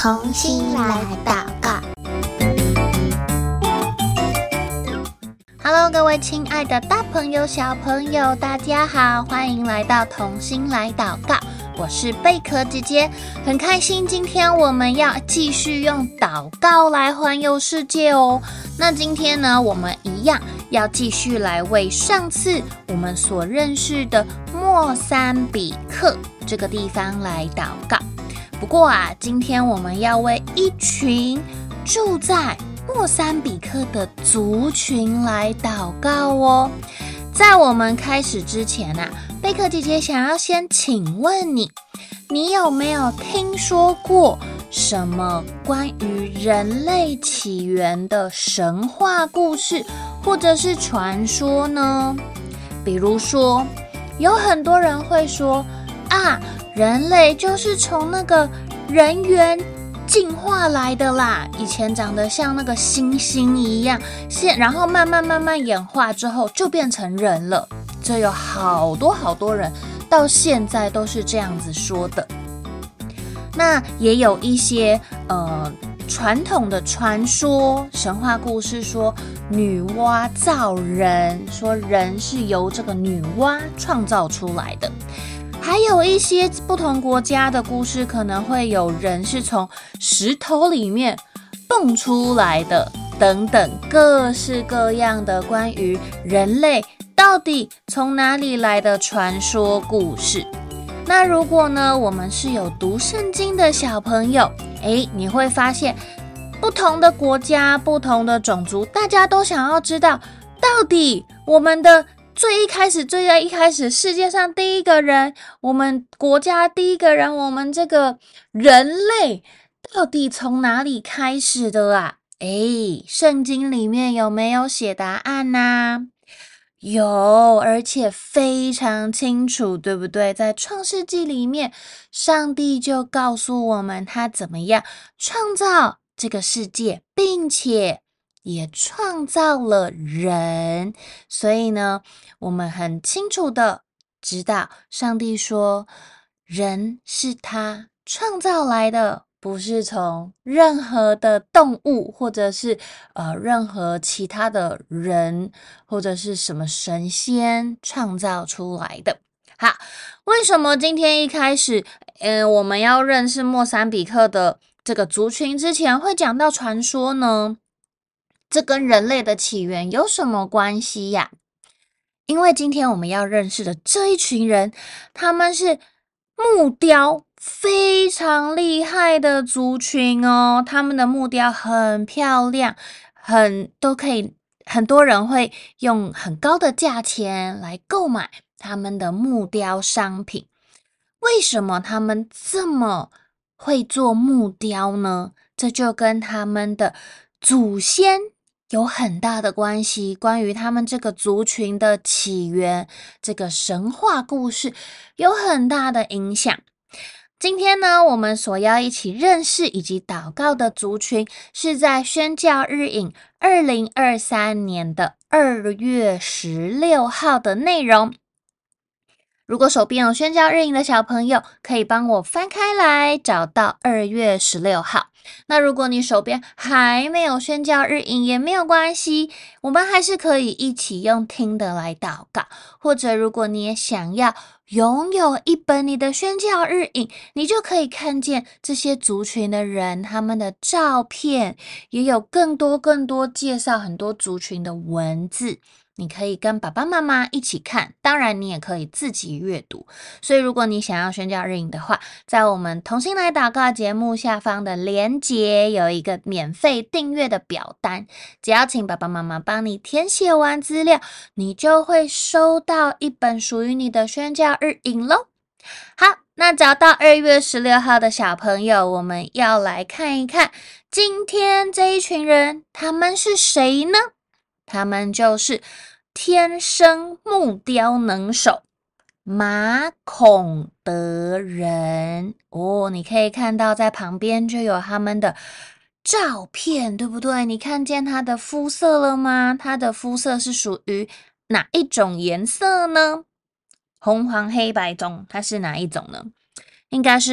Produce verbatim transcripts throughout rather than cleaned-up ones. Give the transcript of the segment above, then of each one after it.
同心来祷告。Hello， 各位亲爱的大朋友、小朋友，大家好，欢迎来到同心来祷告。我是贝壳姐姐，很开心今天我们要继续用祷告来环游世界哦。那今天呢，我们一样要继续来为上次我们所认识的莫桑比克这个地方来祷告。不过啊，今天我们要为一群住在莫桑比克的族群来祷告哦。在我们开始之前啊，贝壳姐姐想要先请问你，你有没有听说过什么关于人类起源的神话故事或者是传说呢？比如说，有很多人会说啊，人类就是从那个人猿进化来的啦，以前长得像那个猩猩一样，现然后慢慢慢慢演化之后就变成人了。这有好多好多人到现在都是这样子说的。那也有一些呃传统的传说、神话故事说女娲造人，说人是由这个女娲创造出来的。还有一些不同国家的故事，可能会有人是从石头里面蹦出来的，等等，各式各样的关于人类到底从哪里来的传说故事。那如果呢，我们是有读圣经的小朋友，诶，你会发现不同的国家、不同的种族，大家都想要知道，到底我们的最一开始最在一开始世界上第一个人，我们国家第一个人，我们这个人类到底从哪里开始的啊？诶，圣经里面有没有写答案呢？有，而且非常清楚，对不对？在创世纪里面，上帝就告诉我们他怎么样创造这个世界，并且也创造了人。所以呢，我们很清楚的知道，上帝说人是他创造来的，不是从任何的动物或者是呃任何其他的人或者是什么神仙创造出来的。好，为什么今天一开始呃我们要认识莫桑比克的这个族群之前会讲到传说呢？这跟人类的起源有什么关系呀？因为今天我们要认识的这一群人，他们是木雕非常厉害的族群哦，他们的木雕很漂亮，很都可以，很多人会用很高的价钱来购买他们的木雕商品。为什么他们这么会做木雕呢？这就跟他们的祖先有很大的关系，关于他们这个族群的起源，这个神话故事有很大的影响。今天呢，我们所要一起认识以及祷告的族群，是在宣教日影二零二三年的二月十六号的内容。如果手边有宣教日影的小朋友，可以帮我翻开来找到二月十六号。那如果你手边还没有宣教日影也没有关系，我们还是可以一起用听的来祷告，或者如果你也想要拥有一本你的宣教日影，你就可以看见这些族群的人，他们的照片，也有更多更多介绍很多族群的文字，你可以跟爸爸妈妈一起看，当然你也可以自己阅读。所以如果你想要宣教日影的话，在我们同心来祷告节目下方的连结有一个免费订阅的表单，只要请爸爸妈妈帮你填写完资料，你就会收到一本属于你的宣教日影咯。好，那找到二月十六号的小朋友，我们要来看一看今天这一群人他们是谁呢？他们就是天生木雕能手马孔德人哦，你可以看到在旁边就有他们的照片，对不对？你看见他的肤色了吗？他的肤色是属于哪一种颜色呢？红黄黑白中，它是哪一种呢？应该是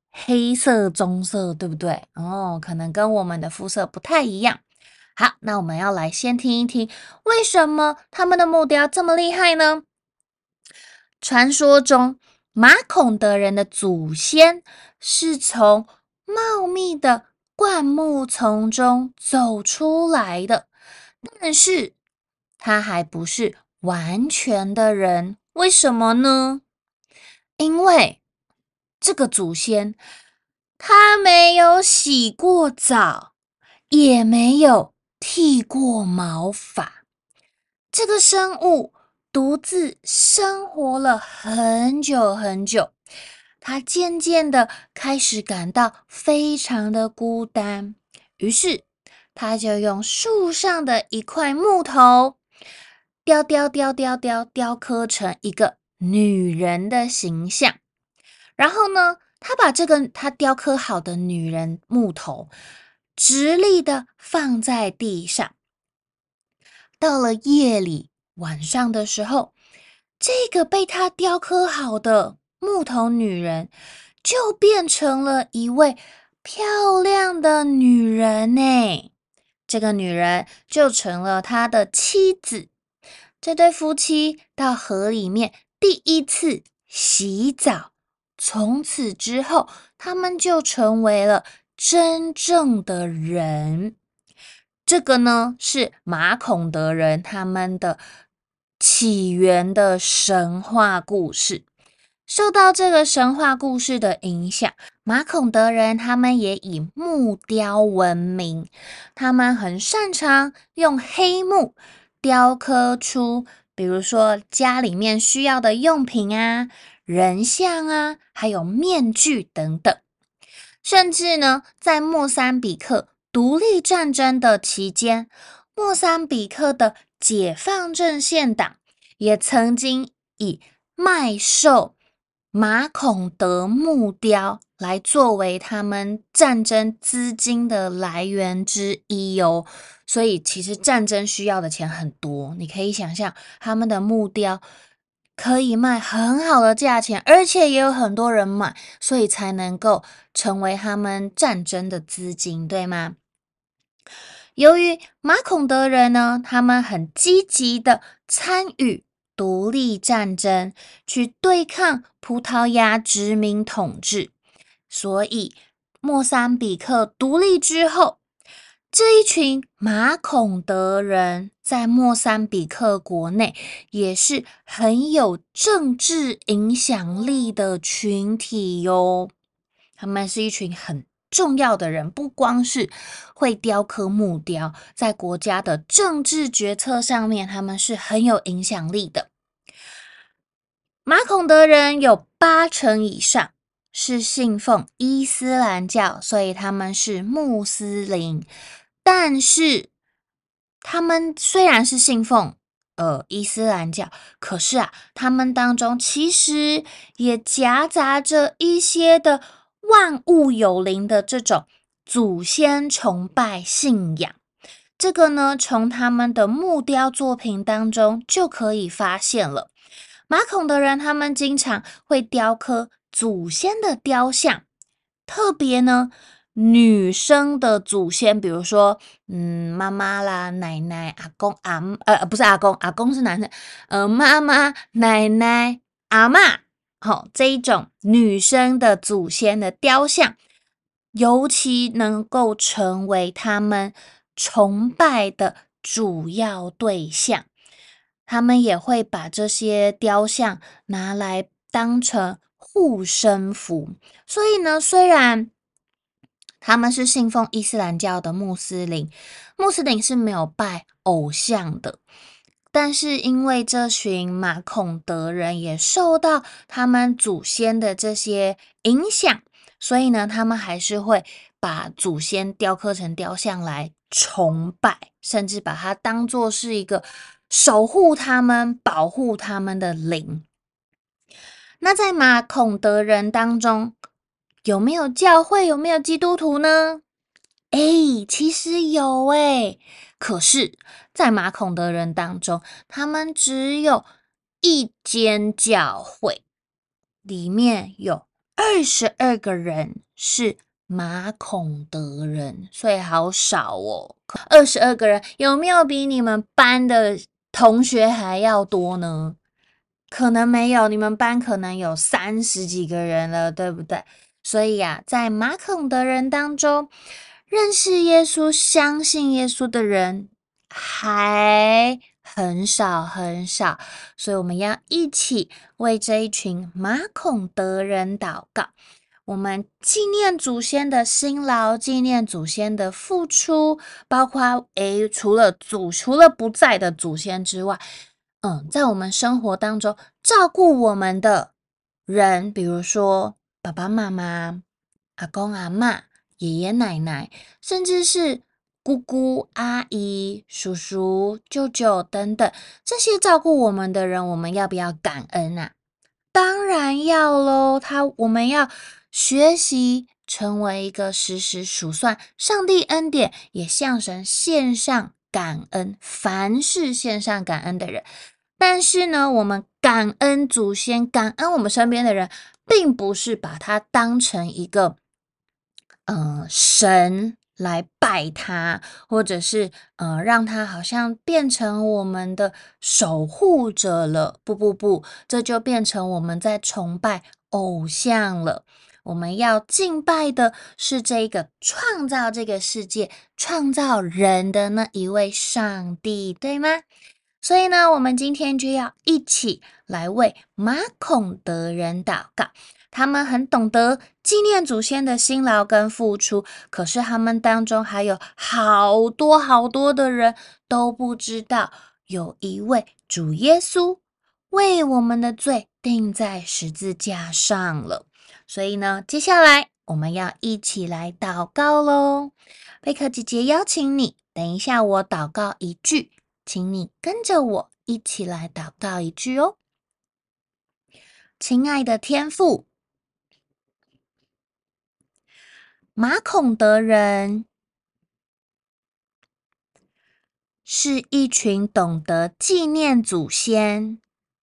黑色、棕色，对不对？哦，可能跟我们的肤色不太一样。好，那我们要来先听一听，为什么他们的木雕这么厉害呢？传说中，马孔德人的祖先是从茂密的灌木丛中走出来的，但是他还不是完全的人。为什么呢？因为这个祖先他没有洗过澡，也没有剃过毛发。这个生物独自生活了很久很久，他渐渐的开始感到非常的孤单，于是他就用树上的一块木头雕雕雕雕雕雕刻成一个女人的形象。然后呢，他把这个他雕刻好的女人木头直立的放在地上。到了夜里晚上的时候，这个被他雕刻好的木头女人就变成了一位漂亮的女人呢。这个女人就成了他的妻子。这对夫妻到河里面第一次洗澡，从此之后，他们就成为了真正的人。这个呢，是马孔德人他们的起源的神话故事。受到这个神话故事的影响，马孔德人他们也以木雕闻名。他们很擅长用黑木雕刻出，比如说家里面需要的用品啊、人像啊，还有面具等等。甚至呢，在莫桑比克独立战争的期间，莫桑比克的解放阵线党也曾经以卖售马孔德木雕来作为他们战争资金的来源之一哦。所以其实战争需要的钱很多，你可以想象他们的木雕可以卖很好的价钱，而且也有很多人买，所以才能够成为他们战争的资金，对吗？由于马孔德人呢，他们很积极的参与独立战争，去对抗葡萄牙殖民统治，所以莫桑比克独立之后，这一群马孔德人在莫桑比克国内也是很有政治影响力的群体哟。他们是一群很重要的人，不光是会雕刻木雕，在国家的政治决策上面，他们是很有影响力的。马孔德人有八成以上是信奉伊斯兰教，所以他们是穆斯林。但是他们虽然是信奉呃伊斯兰教，可是啊，他们当中其实也夹杂着一些的万物有灵的这种祖先崇拜信仰。这个呢，从他们的木雕作品当中就可以发现了。马孔德人他们经常会雕刻祖先的雕像，特别呢，女生的祖先，比如说，嗯，妈妈啦、奶奶、阿公、阿呃，不是阿公，阿公是男生，呃，妈妈、奶奶、阿嬷，好、哦，这一种女生的祖先的雕像，尤其能够成为他们崇拜的主要对象。他们也会把这些雕像拿来当成护身符。所以呢，虽然他们是信奉伊斯兰教的穆斯林，穆斯林是没有拜偶像的，但是因为这群马孔德人也受到他们祖先的这些影响，所以呢，他们还是会把祖先雕刻成雕像来崇拜，甚至把它当作是一个守护他们、保护他们的灵。那在马孔德人当中，有没有教会？有没有基督徒呢？诶，其实有诶，可是，在马孔德人当中，他们只有一间教会，里面有二十二个人是马孔德人，所以好少哦。二十二个人有没有比你们班的同学还要多呢？可能没有，你们班可能有三十几个人了，对不对？所以啊，在马孔德人当中，认识耶稣、相信耶稣的人还很少很少，所以我们要一起为这一群马孔德人祷告。我们纪念祖先的辛劳，纪念祖先的付出，包括诶，除了祖除了不在的祖先之外，嗯，在我们生活当中照顾我们的人，比如说爸爸妈妈、阿公阿嬷、爷爷奶奶，甚至是姑姑、阿姨、叔叔、舅舅等等，这些照顾我们的人，我们要不要感恩啊？当然要咯，他我们要学习成为一个时时数算上帝恩典，也向神献上感恩，凡事献上感恩的人。但是呢，我们感恩祖先，感恩我们身边的人，并不是把它当成一个呃神来拜他，或者是呃让他好像变成我们的守护者了。不不不，这就变成我们在崇拜偶像了。我们要敬拜的是这个创造这个世界、创造人的那一位上帝，对吗？所以呢，我们今天就要一起来为马孔德人祷告。他们很懂得纪念祖先的辛劳跟付出，可是他们当中还有好多好多的人都不知道，有一位主耶稣为我们的罪钉在十字架上了。所以呢，接下来我们要一起来祷告咯。贝克姐姐邀请你，等一下我祷告一句，请你跟着我一起来祷告一句哦。亲爱的天父，马孔德人是一群懂得纪念祖先、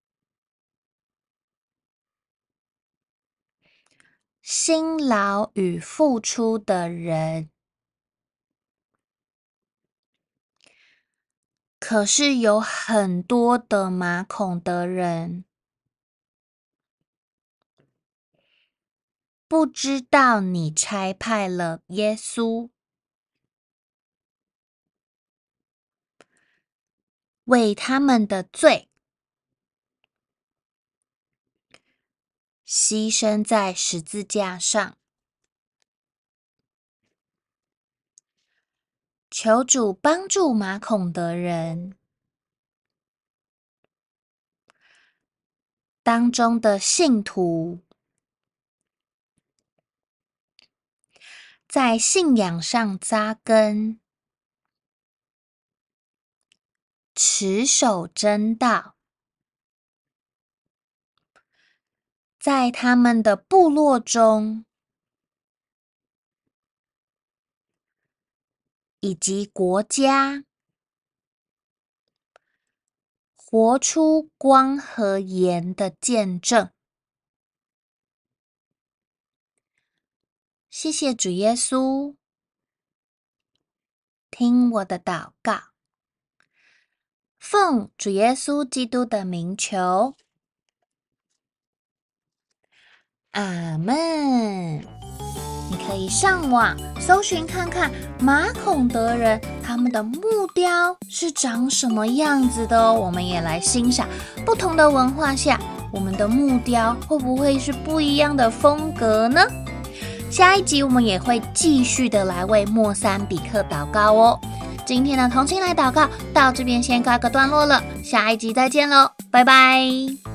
辛劳与付出的人，可是有很多的马孔德人不知道你差派了耶稣为他们的罪牺牲在十字架上。求主帮助马孔德人当中的信徒，在信仰上扎根，持守真道，在他们的部落中以及国家，活出光和盐的见证。谢谢主耶稣，听我的祷告，奉主耶稣基督的名求，阿们。你可以上网搜寻看看马孔德人他们的木雕是长什么样子的哦。我们也来欣赏不同的文化下，我们的木雕会不会是不一样的风格呢？下一集我们也会继续的来为莫桑比克祷告哦。今天的同心来祷告到这边先告一个段落了，下一集再见喽，拜拜。